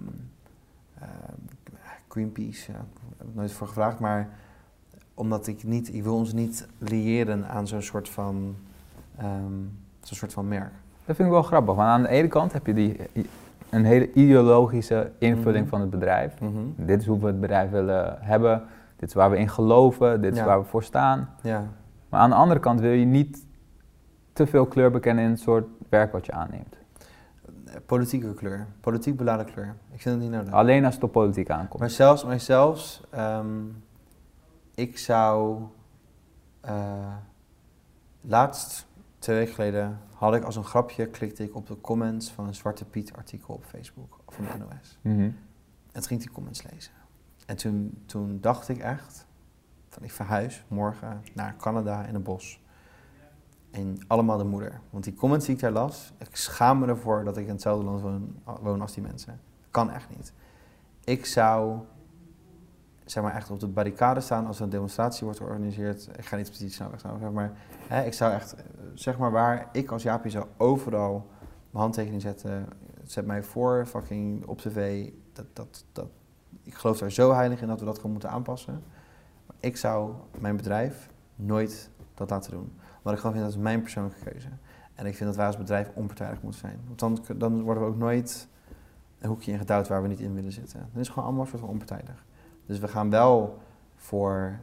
S3: Greenpeace, daar heb ik nooit voor gevraagd, maar omdat ik wil ons niet liëren aan zo'n soort van merk.
S2: Dat vind ik wel grappig, want aan de ene kant heb je een hele ideologische invulling van het bedrijf. Dit is hoe we het bedrijf willen hebben, dit is waar we in geloven, dit is waar we voor staan.
S3: Ja.
S2: Maar aan de andere kant wil je niet te veel kleur bekennen in het soort werk wat je aanneemt.
S3: Politieke kleur, politiek beladen kleur. Ik vind het niet nodig.
S2: Alleen als het op politiek aankomt.
S3: Maar zelfs ik zou laatst, 2 weken geleden, had ik als een grapje, klikte ik op de comments van een Zwarte Piet artikel op Facebook of van de NOS. En toen ging ik die comments lezen. En toen dacht ik echt, van ik verhuis morgen naar Canada in een bos. En allemaal de moeder. Want die comments die ik daar las, ik schaam me ervoor dat ik in hetzelfde land woon als die mensen. Dat kan echt niet. Ik zou, zeg maar, echt op de barricade staan als er een demonstratie wordt georganiseerd. Ik ga niet precies snelweg zeggen, maar ik zou echt, zeg maar, waar ik als Jaapie zou overal mijn handtekening zetten. Zet mij voor, fucking op tv. Ik geloof daar zo heilig in dat we dat gewoon moeten aanpassen. Maar ik zou mijn bedrijf nooit dat laten doen. Wat ik gewoon vind, dat is mijn persoonlijke keuze. En ik vind dat wij als bedrijf onpartijdig moeten zijn. Want dan worden we ook nooit een hoekje ingedouwd waar we niet in willen zitten. Dan is het gewoon allemaal een soort van onpartijdig. Dus we gaan wel voor...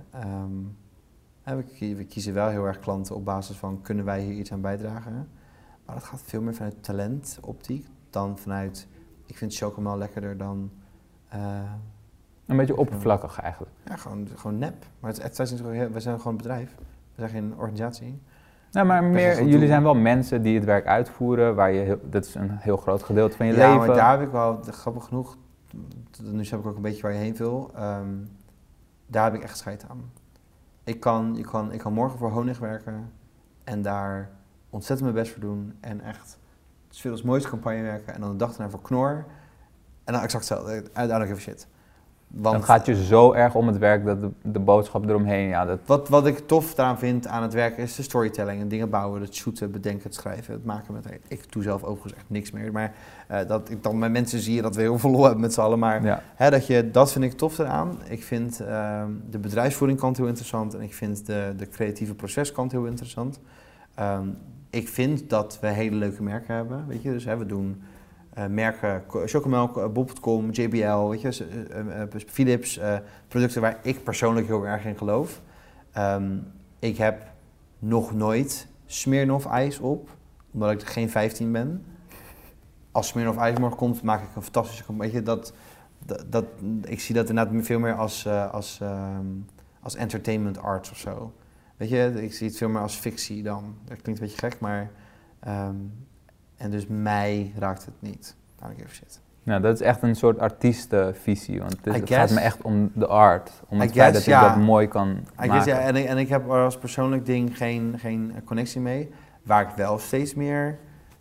S3: we kiezen wel heel erg klanten op basis van, kunnen wij hier iets aan bijdragen? Maar dat gaat veel meer vanuit talentoptiek dan vanuit, ik vind Chocomel lekkerder dan...
S2: een beetje oppervlakkig eigenlijk.
S3: Ja, gewoon nep. Maar we zijn gewoon een bedrijf. We zijn geen organisatie.
S2: Nou, maar jullie zijn wel mensen die het werk uitvoeren, dat is een heel groot gedeelte van je leven.
S3: Ja, maar daar heb ik wel, grappig genoeg, nu snap ik ook een beetje waar je heen wil, daar heb ik echt scheid aan. Ik kan morgen voor Honig werken en daar ontzettend mijn best voor doen en echt het werelds mooiste campagne werken en dan de dag daarna voor Knor en dan exact hetzelfde, I don't give a shit. Want
S2: dan gaat je zo erg om het werk dat de boodschap eromheen, ja.
S3: Wat ik tof daaraan vind aan het werken is de storytelling en dingen bouwen, het shooten, bedenken, het schrijven, het maken met... Ik doe zelf overigens echt niks meer, maar dat ik dan met mensen zie dat we heel veel lol hebben met z'n allen, maar dat vind ik tof eraan. Ik vind de bedrijfsvoeringkant heel interessant en ik vind de creatieve proceskant heel interessant. Ik vind dat we hele leuke merken hebben, weet je, dus we doen... merken, Chocomel, Bob.com, JBL, weet je, Philips, producten waar ik persoonlijk heel erg in geloof. Ik heb nog nooit Smirnoff ijs op, omdat ik geen 15 ben. Als Smirnoff ijs morgen komt, maak ik een fantastische campagne. Ik zie dat inderdaad veel meer als entertainment arts of zo. Weet je, ik zie het veel meer als fictie dan. Dat klinkt een beetje gek, maar... en dus mij raakt het niet. I don't give a shit.
S2: Nou, dat is echt een soort artiestenvisie, want het gaat me echt om de art. Om het feit dat ik dat mooi kan maken.
S3: En ik heb er als persoonlijk ding geen connectie mee. Waar ik wel steeds meer...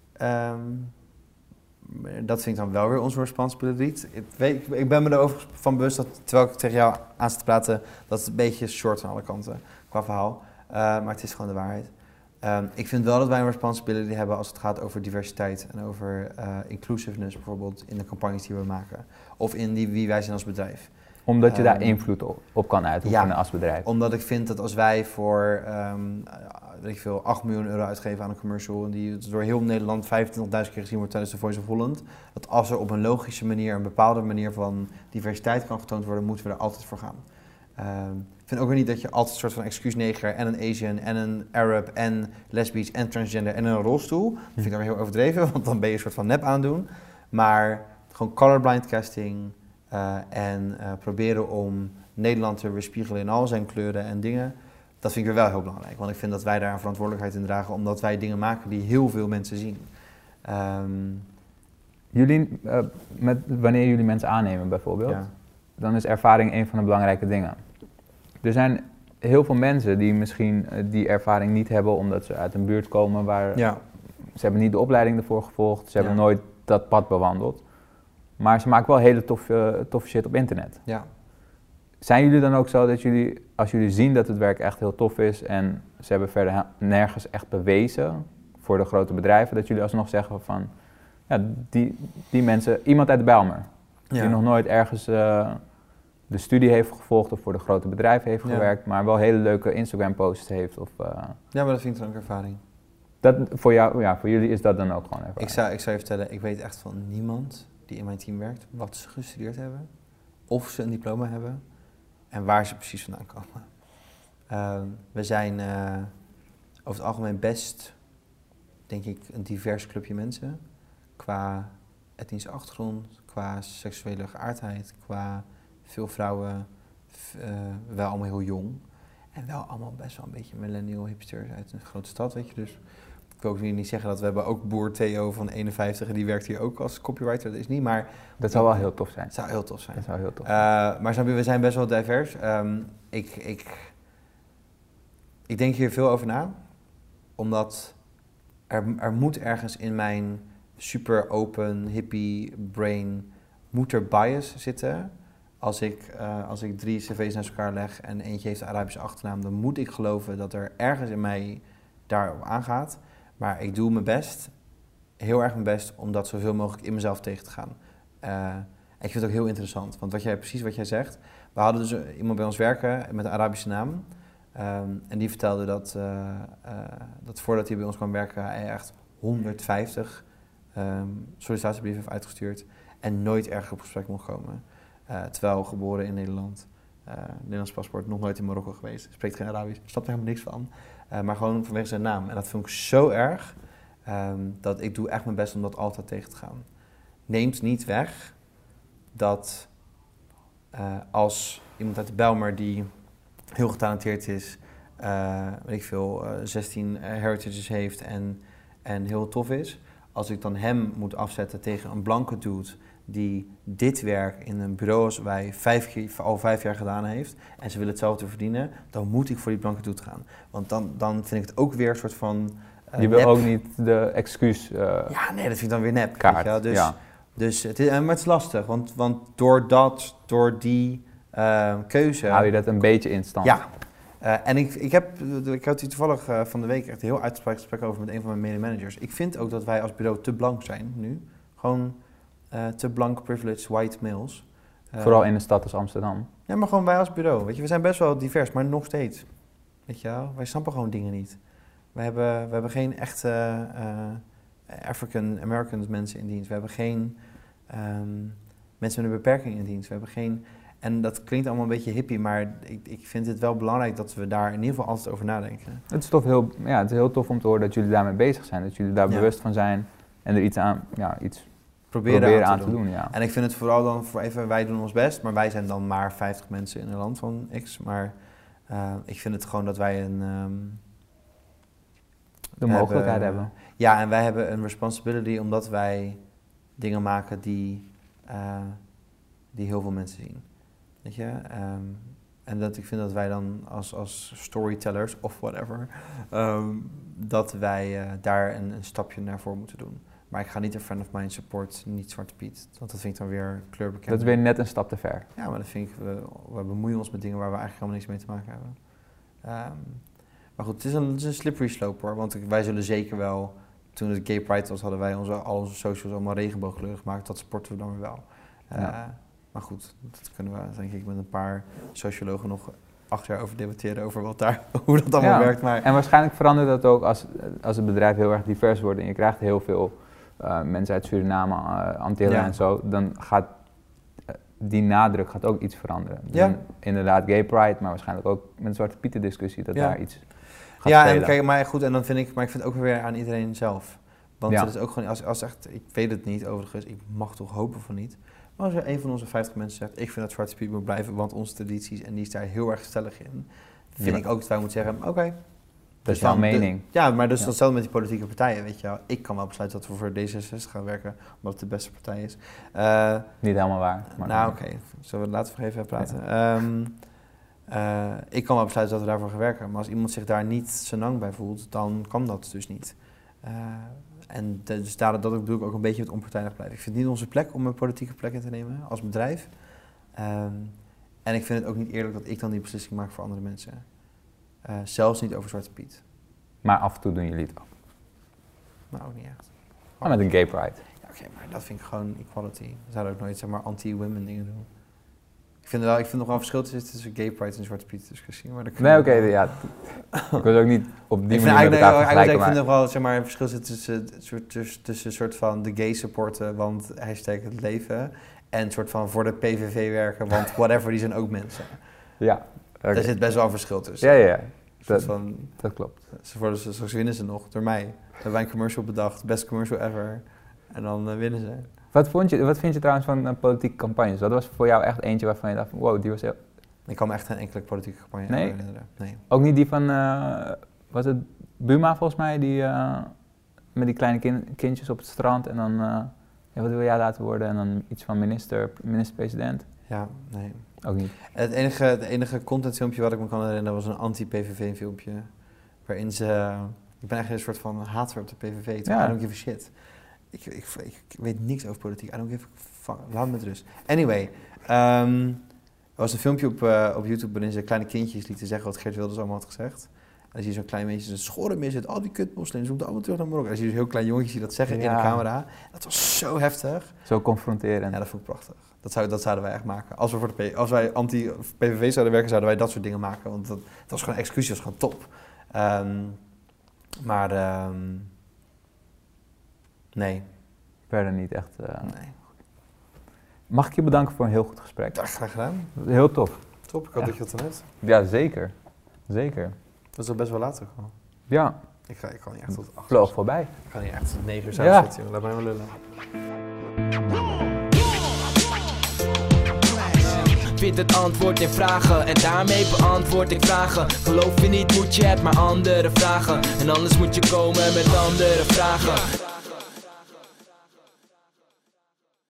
S3: dat vind ik dan wel weer onze responsibility. Ik ben me er overigens van bewust dat, terwijl ik tegen jou aan zit te praten, dat het een beetje short aan alle kanten qua verhaal. Maar het is gewoon de waarheid. Ik vind wel dat wij een responsibility hebben als het gaat over diversiteit en over inclusiveness bijvoorbeeld in de campagnes die we maken. Of in wie wij zijn als bedrijf.
S2: Omdat je daar invloed op kan uitoefenen als bedrijf.
S3: Omdat ik vind dat als wij voor weet ik veel, 8 miljoen euro uitgeven aan een commercial. En die door heel Nederland 25.000 keer gezien wordt tijdens de Voice of Holland. Dat als er op een logische manier, een bepaalde manier van diversiteit kan getoond worden, moeten we er altijd voor gaan. Ik vind ook weer niet dat je altijd een soort van excuusneger en een Asian en een Arab en lesbisch en transgender en een rolstoel. Dat vind ik dan weer heel overdreven, want dan ben je een soort van nep aan het doen. Maar gewoon colorblind casting en proberen om Nederland te weerspiegelen in al zijn kleuren en dingen. Dat vind ik weer wel heel belangrijk, want ik vind dat wij daar een verantwoordelijkheid in dragen, omdat wij dingen maken die heel veel mensen zien.
S2: Jullie, wanneer jullie mensen aannemen bijvoorbeeld, dan is ervaring een van de belangrijke dingen. Er zijn heel veel mensen die misschien die ervaring niet hebben omdat ze uit een buurt komen waar ze hebben niet de opleiding ervoor gevolgd, ze hebben nooit dat pad bewandeld. Maar ze maken wel hele toffe shit op internet.
S3: Ja.
S2: Zijn jullie dan ook zo dat jullie, als jullie zien dat het werk echt heel tof is en ze hebben verder nergens echt bewezen voor de grote bedrijven, dat jullie alsnog zeggen van, ja, die mensen, iemand uit de Bijlmer, die nog nooit ergens de studie heeft gevolgd of voor de grote bedrijven heeft gewerkt, maar wel hele leuke Instagram posts heeft?
S3: Ja, maar dat vind ik dan ook ervaring.
S2: Dat, voor jullie is dat dan ook gewoon ervaring?
S3: Ik zou je vertellen, ik weet echt van niemand die in mijn team werkt, wat ze gestudeerd hebben, of ze een diploma hebben en waar ze precies vandaan komen. We zijn over het algemeen best, denk ik, een divers clubje mensen. Qua etnische achtergrond, qua seksuele geaardheid, qua veel vrouwen, wel allemaal heel jong. En wel allemaal best wel een beetje millennial hipsters uit een grote stad, weet je. Dus ik wil ook niet zeggen dat we hebben ook boer Theo van 51 en die werkt hier ook als copywriter. Dat is niet, maar...
S2: Dat zou wel heel tof zijn.
S3: Het zou heel tof zijn.
S2: Dat zou heel tof
S3: maar snap je, we zijn best wel divers. Ik denk hier veel over na, omdat er moet ergens in mijn super open, hippie brain, moet er bias zitten. Als ik 3 cv's naast elkaar leg en eentje heeft de Arabische achternaam, dan moet ik geloven dat er ergens in mij daarop aangaat. Maar ik doe mijn best, heel erg mijn best, om dat zoveel mogelijk in mezelf tegen te gaan. En ik vind het ook heel interessant, want precies wat jij zegt. We hadden dus iemand bij ons werken met een Arabische naam. En die vertelde dat voordat hij bij ons kwam werken, hij echt 150 sollicitatiebrieven heeft uitgestuurd en nooit ergens op gesprek mocht komen. Terwijl geboren in Nederland, Nederlands paspoort, nog nooit in Marokko geweest, spreekt geen Arabisch, snapt er helemaal niks van. Maar gewoon vanwege zijn naam. En dat vond ik zo erg, dat ik doe echt mijn best om dat altijd tegen te gaan. Neemt niet weg dat als iemand uit de Bijlmer die heel getalenteerd is, weet ik veel, 16 heritages heeft en heel tof is, als ik dan hem moet afzetten tegen een blanke dude die dit werk in een bureau als wij al 5 jaar gedaan heeft en ze willen hetzelfde verdienen, dan moet ik voor die blanke dude gaan. Want dan vind ik het ook weer een soort van
S2: je wil
S3: nep.
S2: ook niet de excuus
S3: ja, nee, dat vind ik dan weer nep.
S2: kaart.
S3: Weet je wel? Dus,
S2: ja.
S3: dus maar het is lastig, want door die keuze...
S2: Hou je dat een beetje in stand.
S3: Ja. En ik had hier toevallig van de week echt een heel uitgesproken gesprek over met een van mijn mede-managers. Ik vind ook dat wij als bureau te blank zijn nu. Gewoon te blank, privileged, white males.
S2: Vooral in een stad als Amsterdam.
S3: Ja, maar gewoon wij als bureau. Weet je, we zijn best wel divers, maar nog steeds. Weet je wel, wij snappen gewoon dingen niet. We hebben geen echte African Americans mensen in dienst. We hebben geen mensen met een beperking in dienst. We hebben geen... En dat klinkt allemaal een beetje hippie, maar ik vind het wel belangrijk dat we daar in ieder geval altijd over nadenken.
S2: Het is heel tof om te horen dat jullie daarmee bezig zijn. Dat jullie daar bewust van zijn en er iets proberen aan te doen. Ja.
S3: En ik vind het vooral dan wij doen ons best, maar wij zijn dan maar 50 mensen in een land van X. Maar ik vind het gewoon dat wij
S2: de mogelijkheid hebben.
S3: Ja, en wij hebben een responsibility omdat wij dingen maken die heel veel mensen zien. Weet je? En ik vind dat wij dan als storytellers of whatever, dat wij daar een stapje naar voor moeten doen. Maar ik ga niet een friend of mine support, niet Zwarte Piet, want dat vind ik dan weer kleurbekend.
S2: Dat is weer net een stap te ver.
S3: Ja, maar dat vind ik, we bemoeien ons met dingen waar we eigenlijk helemaal niks mee te maken hebben. Maar goed, het is een slippery slope hoor, want wij zullen zeker wel, toen het Gay Pride was, hadden wij al onze socials allemaal regenboogkleurig gemaakt, dat sporten we dan weer wel. Maar goed, dat kunnen we denk ik met een paar sociologen nog 8 jaar over debatteren over hoe dat allemaal werkt. Maar
S2: En waarschijnlijk verandert dat ook als het bedrijf heel erg divers wordt en je krijgt heel veel mensen uit Suriname, Antillen en zo, dan gaat die nadruk gaat ook iets veranderen.
S3: Ja.
S2: Dus inderdaad gay pride, maar waarschijnlijk ook met een Zwarte Pieten discussie dat daar iets gaat
S3: ja,
S2: spelen.
S3: en kijk, maar goed, en dan vind ik het ook weer aan iedereen zelf. Want
S2: Ja.
S3: het is ook gewoon, als echt, ik weet het niet overigens, ik mag toch hopen van niet. Maar als er een van onze 50 mensen zegt, ik vind dat Zwarte Piet moet blijven, want onze tradities, en die is daar heel erg stellig in, vind ik ook dat wij moeten zeggen, oké.
S2: Dat is jouw mening.
S3: Ja, maar dus datzelfde met die politieke partijen, weet je wel. Ik kan wel besluiten dat we voor D66 gaan werken, omdat het de beste partij is.
S2: Niet helemaal waar. Maar
S3: Nou, oké. Zullen we laten we even praten. Ik kan wel besluiten dat we daarvoor gaan werken. Maar als iemand zich daar niet senang bij voelt, dan kan dat dus niet. En dus dat bedoel ik ook een beetje met onpartijdig blijven. Ik vind het niet onze plek om een politieke plek in te nemen als bedrijf. En ik vind het ook niet eerlijk dat ik dan die beslissing maak voor andere mensen. Zelfs niet over Zwarte Piet.
S2: Maar af en toe doen jullie het ook.
S3: Maar ook niet echt.
S2: Maar met een gay pride.
S3: Ja, oké, maar dat vind ik gewoon equality. We zouden ook nooit, zeg maar, anti-women dingen doen. Ik vind nog wel een verschil tussen gay pride en Zwarte Piet discussie. Maar
S2: Nee, oké, ja. Ik wil ook niet op die
S3: ik
S2: manier
S3: vind
S2: met elkaar vergelijken.
S3: ik vind nog wel, zeg maar, een verschil zitten tussen een soort van de gay supporten, want hashtag het leven, en een soort van voor de PVV werken, want whatever, die zijn ook mensen.
S2: Ja. Okay.
S3: Daar zit best wel een verschil tussen.
S2: Ja. Dat klopt.
S3: Straks winnen ze nog, door mij. We hebben een commercial bedacht, best commercial ever, en dan winnen ze.
S2: Wat vind je trouwens van politieke campagnes? Dat was voor jou echt eentje waarvan je dacht van, wow, die was heel...
S3: Ik kan me echt geen enkele politieke campagne herinneren. Nee.
S2: Ook niet die van, was het Buma volgens mij, die met die kleine kindjes op het strand en dan, wat wil jij laten worden? En dan iets van minister-president?
S3: Ja, nee.
S2: Ook niet.
S3: Het enige contentfilmpje wat ik me kan herinneren was een anti-PVV filmpje. Waarin ze... Ik ben eigenlijk een soort van hater op de PVV. I don't give a shit. Ik weet niks over politiek. I don't give a fuck. Laat me met rust. Anyway. Er was een filmpje op YouTube waarin ze kleine kindjes lieten zeggen wat Geert Wilders allemaal had gezegd. En dan zie je zo'n klein beetje, een schoren mis het, al die kutmoslims, moeten allemaal terug naar Marokko. En dan zie je dus heel klein jongetjes die dat zeggen in de camera. Dat was zo heftig.
S2: Zo confronterend.
S3: Ja, dat vond ik prachtig. Dat zouden wij echt maken. Als wij anti-PVV zouden werken, zouden wij dat soort dingen maken. Want dat was gewoon een excuus, dat was gewoon top. Nee.
S2: Verder niet echt.
S3: Nee.
S2: Mag ik je bedanken voor een heel goed gesprek?
S3: Ja, graag gedaan.
S2: Heel tof.
S3: Top, ik hoop dat je het dan hebt.
S2: Ja, zeker. Zeker.
S3: Dat is al best wel laat ook al.
S2: Ja.
S3: Ik kan niet echt tot 8
S2: Vloog voorbij.
S3: Ik kan niet echt tot 9 uur s'avonds zitten, jongen. Laat mij maar lullen.
S1: Vind het antwoord in vragen en daarmee beantwoord ik vragen. Geloof je niet, moet je het maar andere vragen. En anders moet je komen met andere vragen.